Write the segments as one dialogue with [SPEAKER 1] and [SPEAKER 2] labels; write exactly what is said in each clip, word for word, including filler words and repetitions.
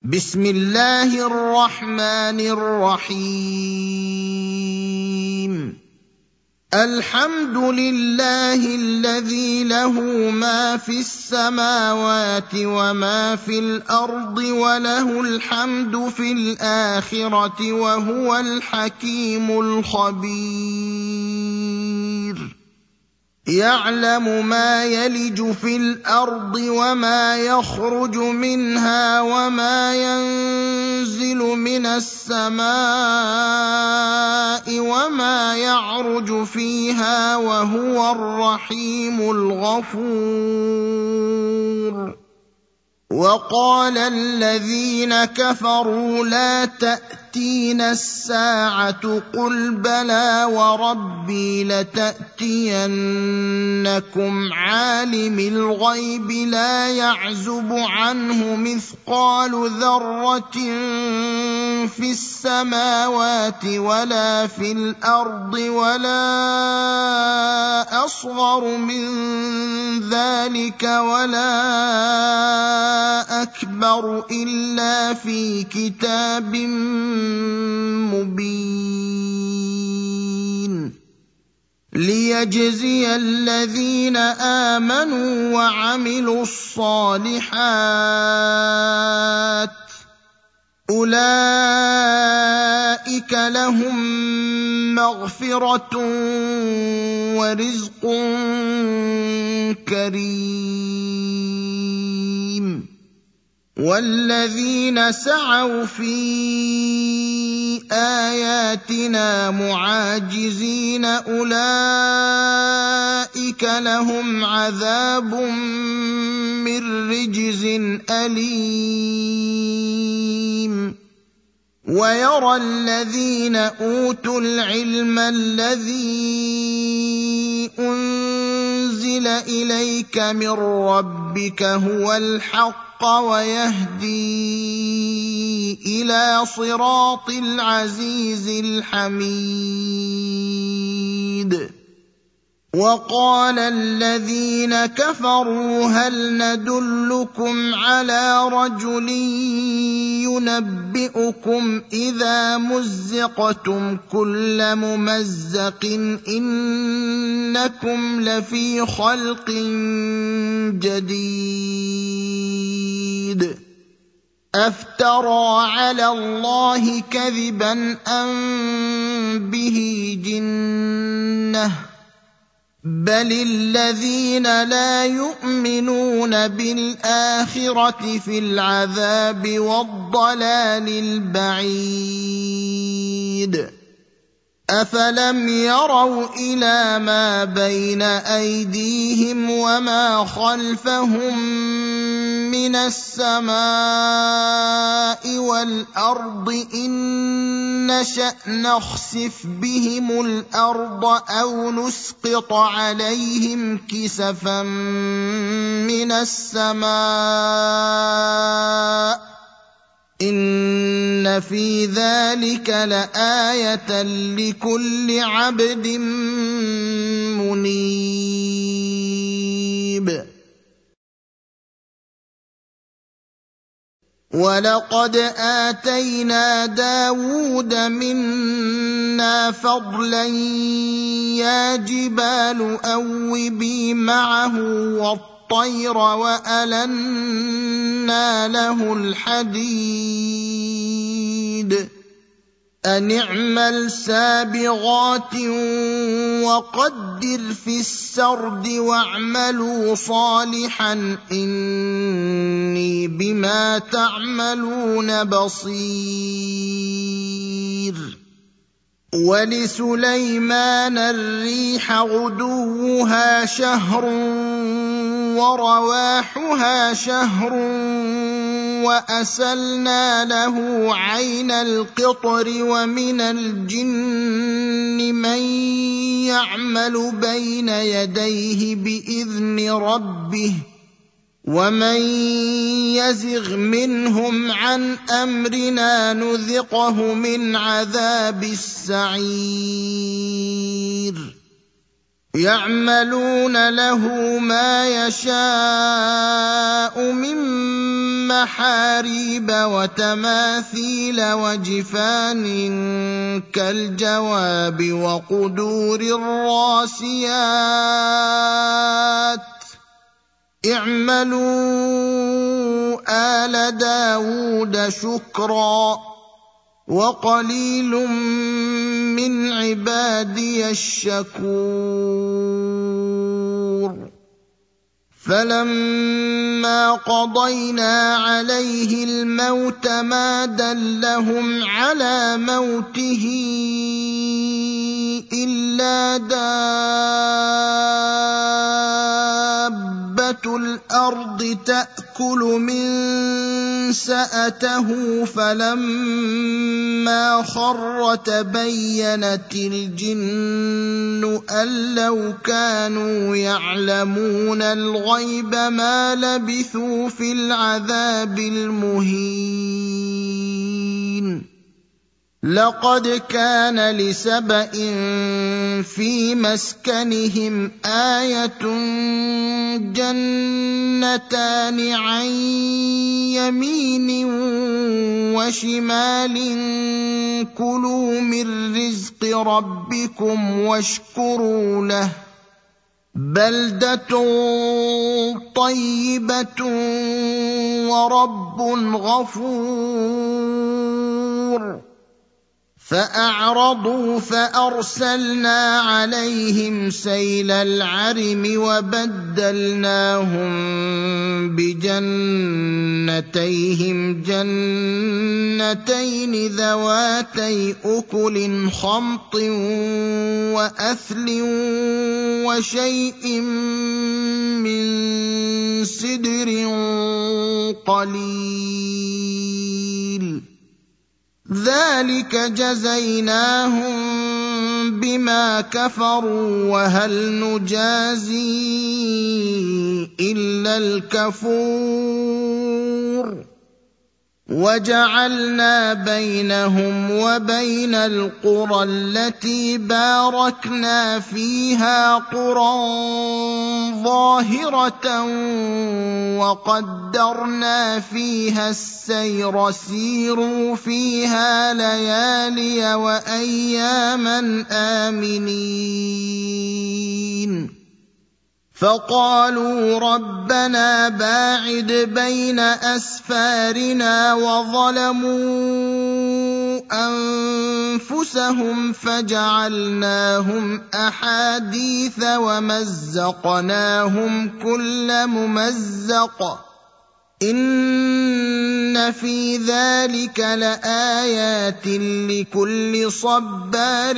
[SPEAKER 1] بسم الله الرحمن الرحيم الحمد لله الذي له ما في السماوات وما في الأرض وله الحمد في الآخرة وهو الحكيم الخبير يعلم ما يلج في الأرض وما يخرج منها وما ينزل من السماء وما يعرج فيها وهو الرحيم الغفور وقال الذين كفروا لا تأتينا الساعة قل بلى وربي لتأتينكم عالم الغيب لا يعزب عنه مثقال ذرة في السماوات ولا في الأرض ولا أصغر من ذلك ولا أكبر إلا في كتاب مبين ليجزي الذين آمنوا وعملوا الصالحات أولئك لهم مغفرة ورزق كريم والذين سعوا في آياتنا معاجزين أولئك لهم عذاب من رجز أليم ويرى الذين أوتوا العلم الذي أنزل إليك من ربك هو الحق ويهدي إلى صراط العزيز الحميد وقال الذين كفروا هل ندلكم على رجل ينبئكم إذا مزقتم كل ممزق إنكم لفي خلق جديد أفترى على الله كذبا أم به جنة بل الذين لا يؤمنون بالآخرة في العذاب والضلال البعيد أفلم يروا إلى ما بين أيديهم وما خلفهم من السماء والأرض إن نشأ نخسف بهم الأرض أو نسقط عليهم كسفا من السماء إن في ذلك لآية لكل عبد منيب ولقد آتينا داود منا فضلا يا جبال أوبي معه والطير وألنا له الحديد أن اعمل سابغات وقدر في السرد واعملوا صالحا إني بما تعملون بصير ولسليمان الريح غدوها شهر ورواحها شهر وأسلنا له عين القطر ومن الجن من يعمل بين يديه بإذن ربه ومن يزغ منهم عن أمرنا نذقه من عذاب السعير يعملون له ما يشاء من محاريب وتماثيل وجفان كالجواب وقدور الراسيات اعملوا آل داود شكرا وقليل من عبادي الشكور فلما قضينا عليه الموت ما دلهم على موته إلا دابة الأرض تأكل من سأته فلما خر تبينت الجن أن لو كانوا يعلمون الغيب ما لبثوا في العذاب المهين لقد كان لسبإ في مسكنهم آية جنتان عن يمين وشمال كلوا من رزق ربكم واشكروا له بلدة طيبة ورب غفور فأعرضوا فأرسلنا عليهم سيل العرم وبدلناهم بجنتيهم جنتين ذواتي أكل خمط وأثل وشيء من سدر قليل ذلك جزيناهم بما كفروا وهل نجازي إلا الكفور وجعلنا بينهم وبين القرى التي باركنا فيها قرى ظاهرة وقدرنا فيها السير سيروا فيها ليالي وأياما آمنين فقالوا ربنا باعد بين أسفارنا وظلموا أنفسهم فجعلناهم أحاديث ومزقناهم كل ممزق إن في ذلك لآيات لكل صبار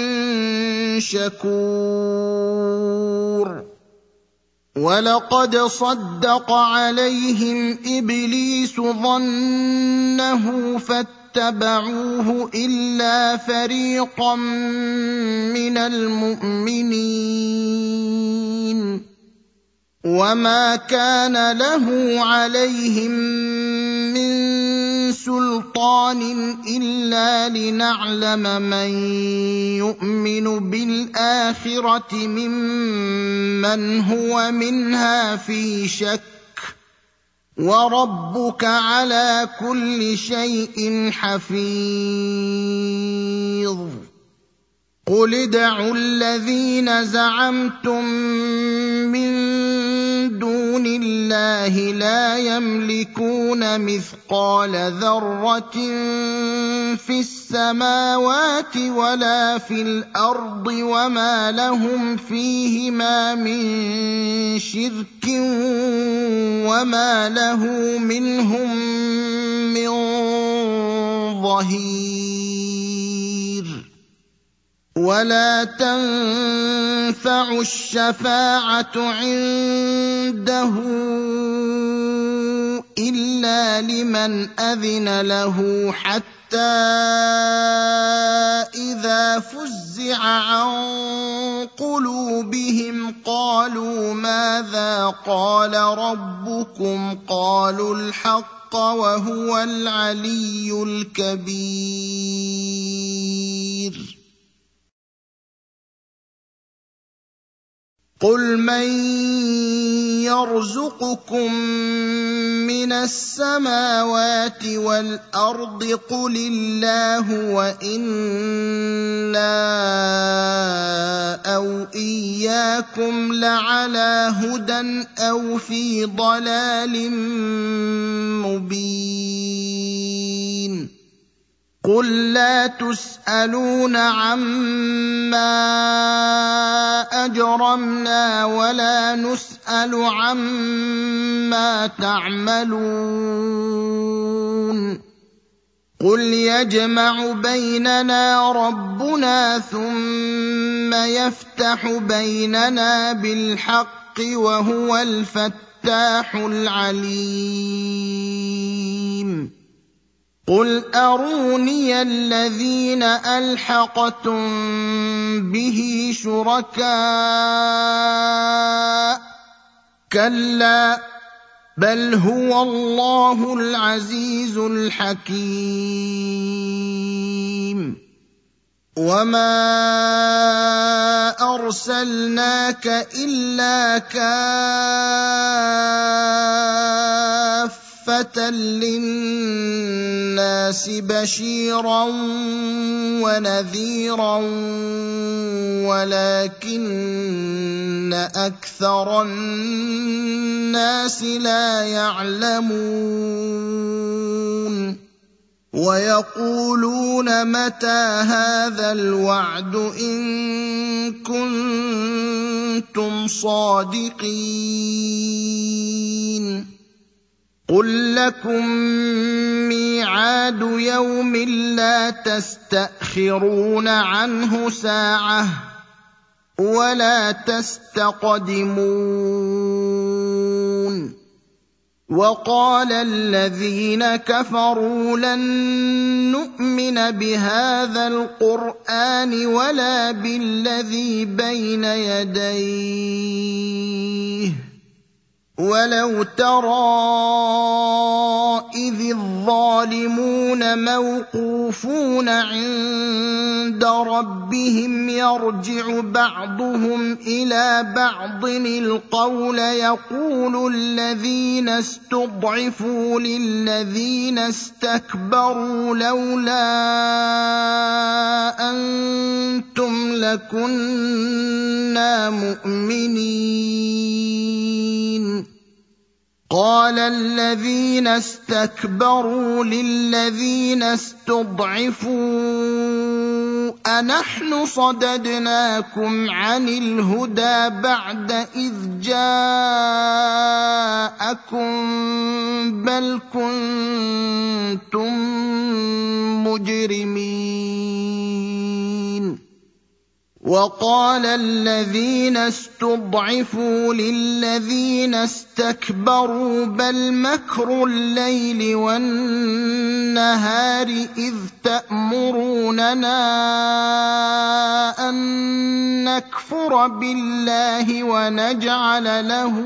[SPEAKER 1] شكور ولقد صدق عليهم إبليس ظنه فاتبعوه إلا فريقا من المؤمنين وما كان له عليهم من سلطان إلا لنعلم من يؤمن بالآخرة ممن هو منها في شك وربك على كل شيء حفيظ قل ادعوا الذين زعمتم من دون الله لا يملكون مثقال ذرة في السماوات ولا في الأرض وما لهم فيهما من شرك وما له منهم من ظهير ولا تنفع الشفاعة عنده إلا لمن أذن له حتى إذا فزع عن قلوبهم قالوا ماذا قال ربكم قالوا الحق وهو العلي الكبير قل من يرزقكم من السماوات والأرض قل الله وإنا أو إياكم لعلى هدى أو في ضلال مبين قل لا تسألون عما أجرمنا ولا نسأل عما تعملون قل يجمع بيننا ربنا ثم يفتح بيننا بالحق وهو الفتاح العليم قل أروني الذين ألحقتم به شركاء كلا بل هو الله العزيز الحكيم وما أرسلناك إلا كافة للناس بشيرا ونذيرا ولكن أكثر الناس لا يعلمون ويقولون متى هذا الوعد إن كنتم صادقين قل لكم ميعاد يوم لا تستأخرون عنه ساعة ولا تستقدمون وقال الذين كفروا لن نؤمن بهذا القرآن ولا بالذي بين يديه ولو ترى إذ الظالمون موقوفون عند ربهم يرجع بعضهم إلى بعض القول يقول الذين استضعفوا للذين استكبروا لولا أنتم لكنا مؤمنين قال الذين استكبروا للذين استضعفوا أنحن صددناكم عن الهدى بعد إذ جاءكم بل كنتم مجرمين وقال الذين استضعفوا للذين استكبروا بل مكر الليل والنهار إذ تأمروننا أن نكفر بالله ونجعل له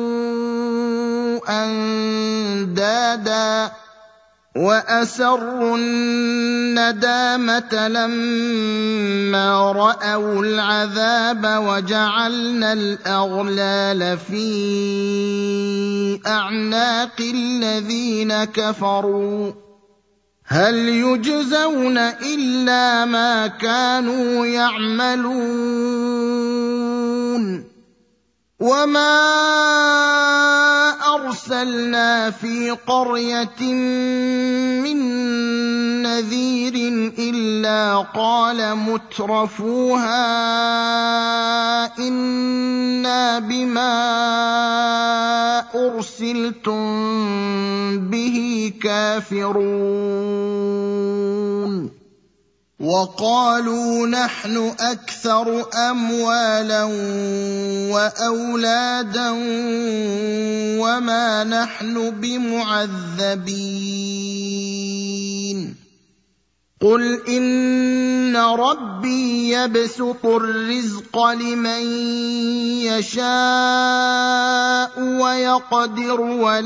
[SPEAKER 1] أندادا وأسروا الندامة لما رأوا العذاب وجعلنا الأغلال في أعناق الذين كفروا هل يجزون إلا ما كانوا يعملون وما أرسلنا في قرية من نذير إلا قال مترفوها إنا بما أرسلتم به كافرون وقالوا نحن أكثر أموالا وأولادا وما نحن بمعذبين قل إن ربي يبسط الرزق لمن يشاء ويقدر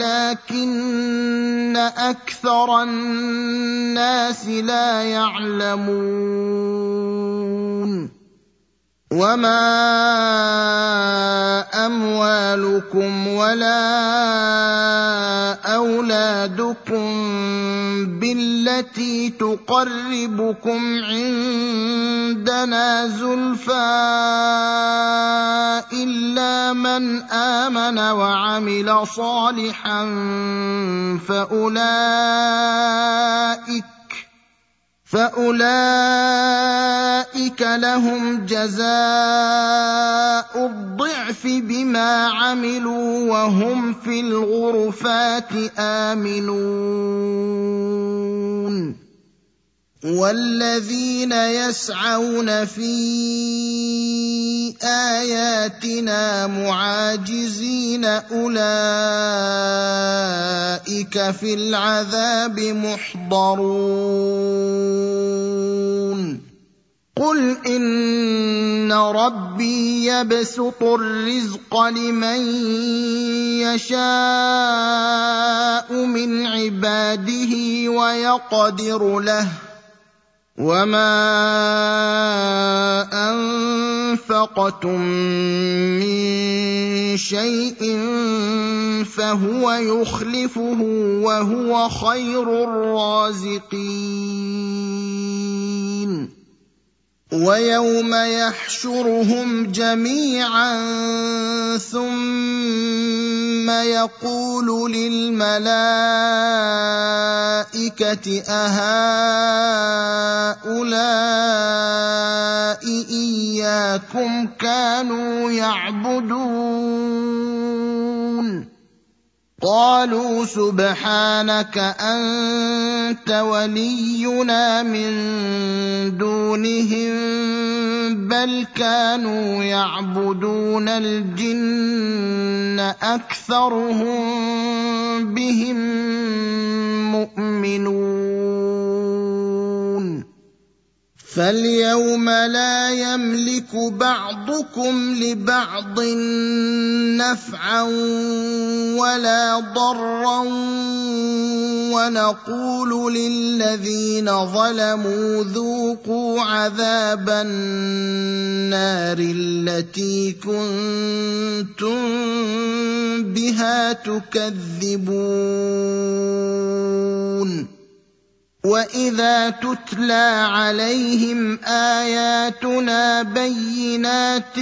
[SPEAKER 1] ولكن أكثر الناس لا يعلمون وما أموالكم ولا أولادكم بالتي تقربكم عندنا زلفى إلا من آمن وعمل صالحا فأولئك فأولئك لهم جزاء الضعف بما عملوا وهم في الغرفات آمنون والذين يسعون في آياتنا معاجزين أولئك في العذاب محضرون قل إن ربي يبسط الرزق لمن يشاء من عباده ويقدر له وما أنفقتم من شيء فهو يخلفه وهو خير الرازقين ويوم يحشرهم جميعا ثم يقول للملائكة أهؤلاء إياكم كانوا يعبدون قالوا سبحانك أنت ولينا من دونهم بل كانوا يعبدون الجن أكثرهم بهم مؤمنون فاليوم لا يملك بعضكم لبعض نفعا ولا ضرا ونقول للذين ظلموا ذوقوا عذاب النار التي كنتم بها تكذبون وإذا تتلى عليهم آياتنا بينات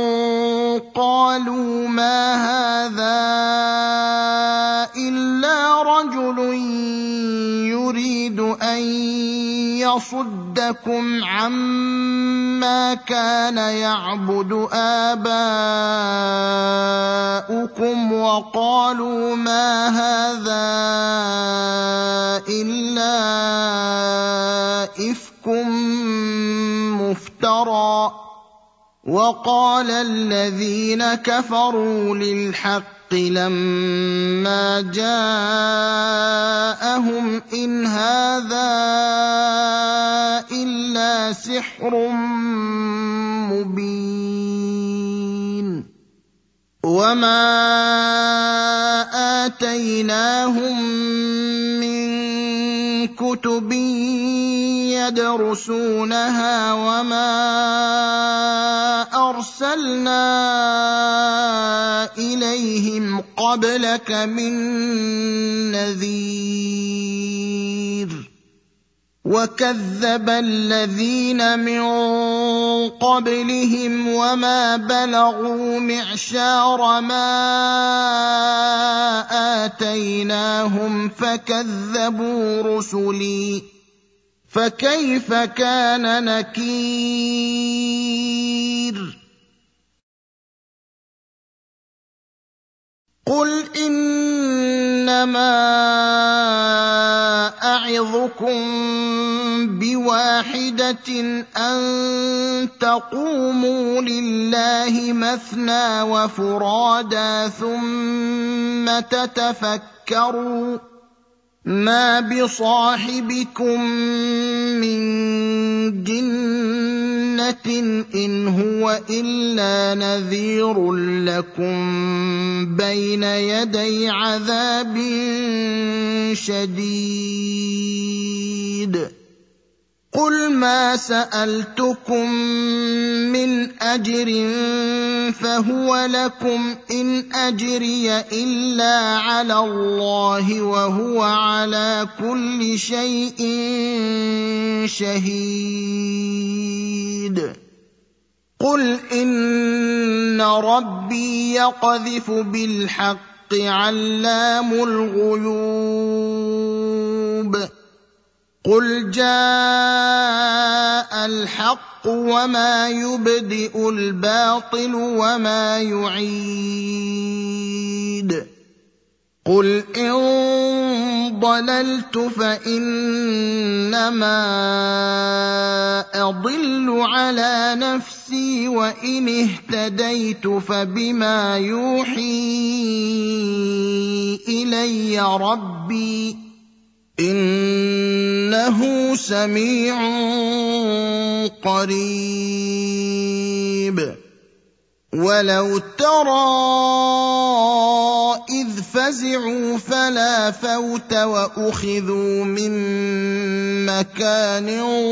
[SPEAKER 1] قالوا ما هذا إلا رجل يريد أن يصدكم عما كان يعبد آباؤكم وقالوا ما هذا إلا إفك مفترى وقال الذين كفروا للحق لما جاءهم إن هذا إلا سحر مبين وما آتيناهم من كتب يدرسونها وما أرسلنا إليهم قبلك من نذير وكذب الذين من قبلهم وما بلغوا معشار ما آتيناهم فكذبوا رسلي فكيف كان نكير قل إنما أعظكم بواحدة أن تقوموا لله مثنى وفرادا ثم تتفكروا ما بصاحبكم من جنة إن هو إلا نذير لكم بين يدي عذاب شديد قل ما سألتكم من أجر فهو لكم إن أجري إلا على الله وهو على كل شيء شهيد قل إن ربي يقذف بالحق علام الغيوب قل جاء الحق وما يبدئ الباطل وما يعيد قل إن ضللت فإنما أضل على نفسي وإن اهتديت فبما يوحي إلي ربي إنه سميع قريب ولو ترى إذ فزعوا فلا فوت وأخذوا من مكان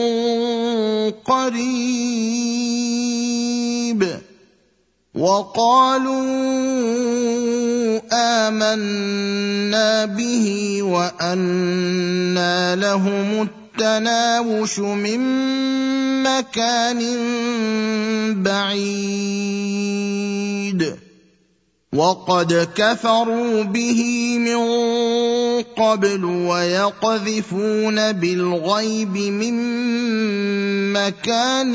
[SPEAKER 1] قريب وقالوا آمنا به وأنى لهم التناوش من مكان بعيد وقد كفروا به من قبل ويقذفون بالغيب من مكان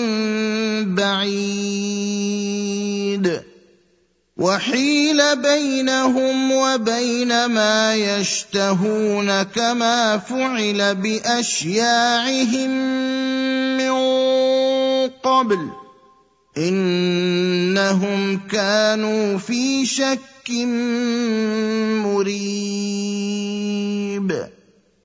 [SPEAKER 1] بعيد وحيل بينهم وبين ما يشتهون كما فعل بأشياعهم من قبل إنهم كانوا في شك مريب